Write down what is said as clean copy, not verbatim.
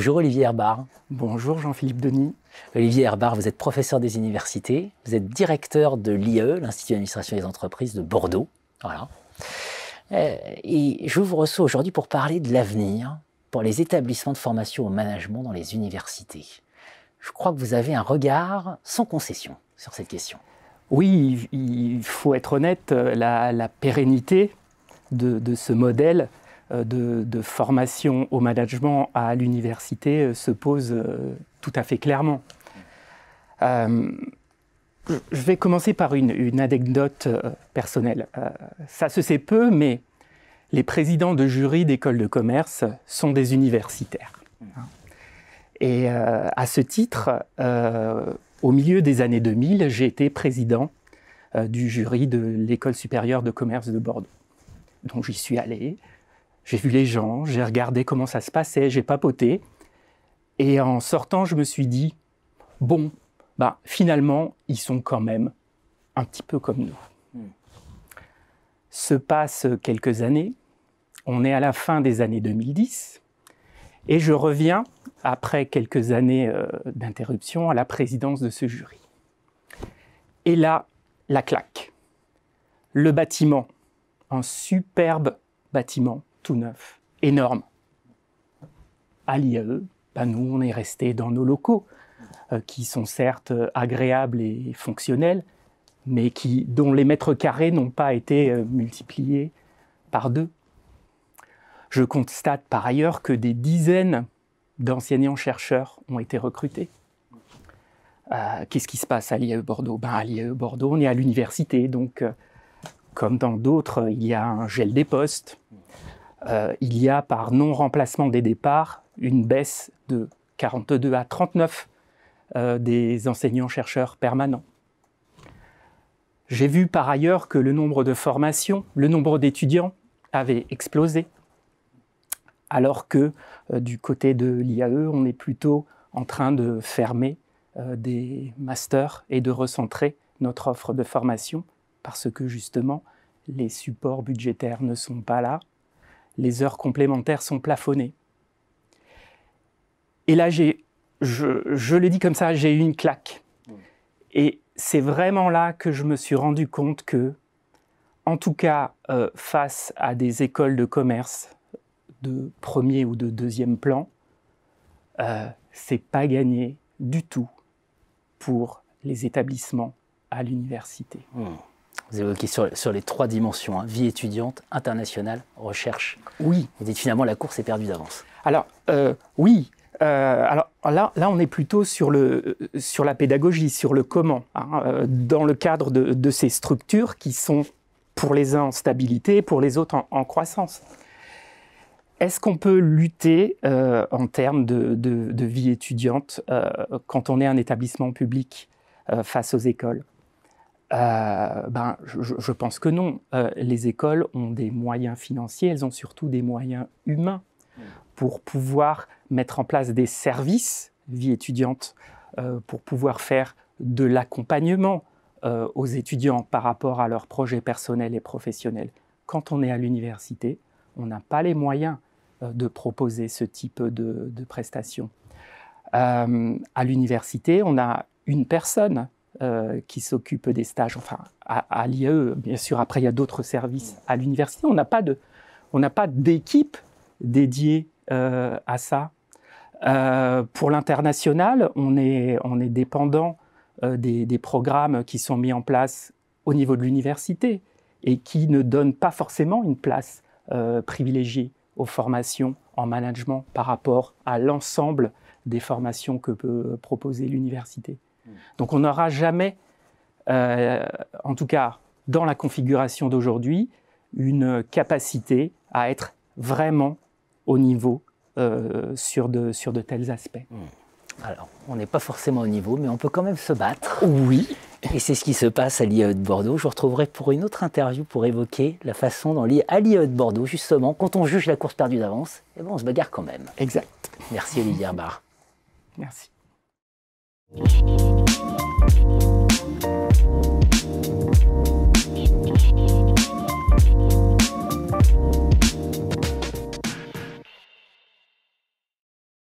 Bonjour Olivier Herbard. Bonjour Jean-Philippe Denis. Olivier Herbard, vous êtes professeur des universités, vous êtes directeur de l'IE, l'Institut d'administration des entreprises de Bordeaux. Voilà. Et je vous reçois aujourd'hui pour parler de l'avenir pour les établissements de formation au management dans les universités. Je crois que vous avez un regard sans concession sur cette question. Oui, il faut être honnête, la pérennité de ce modèle de formation au management à l'université se pose tout à fait clairement. Je vais commencer par une anecdote personnelle. Ça se sait peu, mais les présidents de jury d'écoles de commerce sont des universitaires. Et à ce titre, au milieu des années 2000, j'ai été président du jury de l'École supérieure de commerce de Bordeaux. Donc j'y suis allé, j'ai vu les gens, j'ai regardé comment ça se passait, j'ai papoté. Et en sortant, je me suis dit, bon, finalement, ils sont quand même un petit peu comme nous. Se passent quelques années, on est à la fin des années 2010, et je reviens, après quelques années d'interruption, à la présidence de ce jury. Et là, la claque. Le bâtiment, un superbe bâtiment, tout neuf, énorme. À l'IAE, nous, on est restés dans nos locaux, qui sont certes agréables et fonctionnels, mais dont les mètres carrés n'ont pas été multipliés par 2. Je constate par ailleurs que des dizaines d'enseignants-chercheurs ont été recrutés. Qu'est-ce qui se passe à l'IAE Bordeaux? À l'IAE Bordeaux, on est à l'université, donc comme dans d'autres, il y a un gel des postes. Il y a, par non-remplacement des départs, une baisse de 42 à 39 des enseignants-chercheurs permanents. J'ai vu par ailleurs que le nombre de formations, le nombre d'étudiants avait explosé, alors que du côté de l'IAE, on est plutôt en train de fermer des masters et de recentrer notre offre de formation, parce que justement, les supports budgétaires ne sont pas là, les heures complémentaires sont plafonnées. Et là, je le dis comme ça, j'ai eu une claque. Et c'est vraiment là que je me suis rendu compte que, en tout cas, face à des écoles de commerce de premier ou de deuxième plan, c'est pas gagné du tout pour les établissements à l'université. Vous évoquez sur les 3 dimensions, vie étudiante, internationale, recherche. Oui. Vous dites finalement la course est perdue d'avance. Alors, oui. Alors là, on est plutôt sur la pédagogie, sur le comment, dans le cadre de ces structures qui sont pour les uns en stabilité, pour les autres en croissance. Est-ce qu'on peut lutter en termes de vie étudiante quand on est un établissement public face aux écoles? Je pense que non. Les écoles ont des moyens financiers, elles ont surtout des moyens humains pour pouvoir mettre en place des services vie étudiante, pour pouvoir faire de l'accompagnement aux étudiants par rapport à leurs projets personnels et professionnels. Quand on est à l'université, on n'a pas les moyens de proposer ce type de prestations. À l'université, on a une personne qui s'occupe des stages, enfin à l'IAE, bien sûr, après il y a d'autres services à l'université. On n'a pas d'équipe dédiée à ça. Pour l'international, on est dépendant des programmes qui sont mis en place au niveau de l'université et qui ne donnent pas forcément une place privilégiée aux formations en management par rapport à l'ensemble des formations que peut proposer l'université. Donc on n'aura jamais, en tout cas dans la configuration d'aujourd'hui, une capacité à être vraiment au niveau sur de tels aspects. Alors, on n'est pas forcément au niveau, mais on peut quand même se battre. Oui. Et c'est ce qui se passe à l'IAE de Bordeaux. Je vous retrouverai pour une autre interview pour évoquer la façon dont à l'IAE de Bordeaux, justement, quand on juge la course perdue d'avance, on se bagarre quand même. Exact. Merci Olivier Herbard. Merci.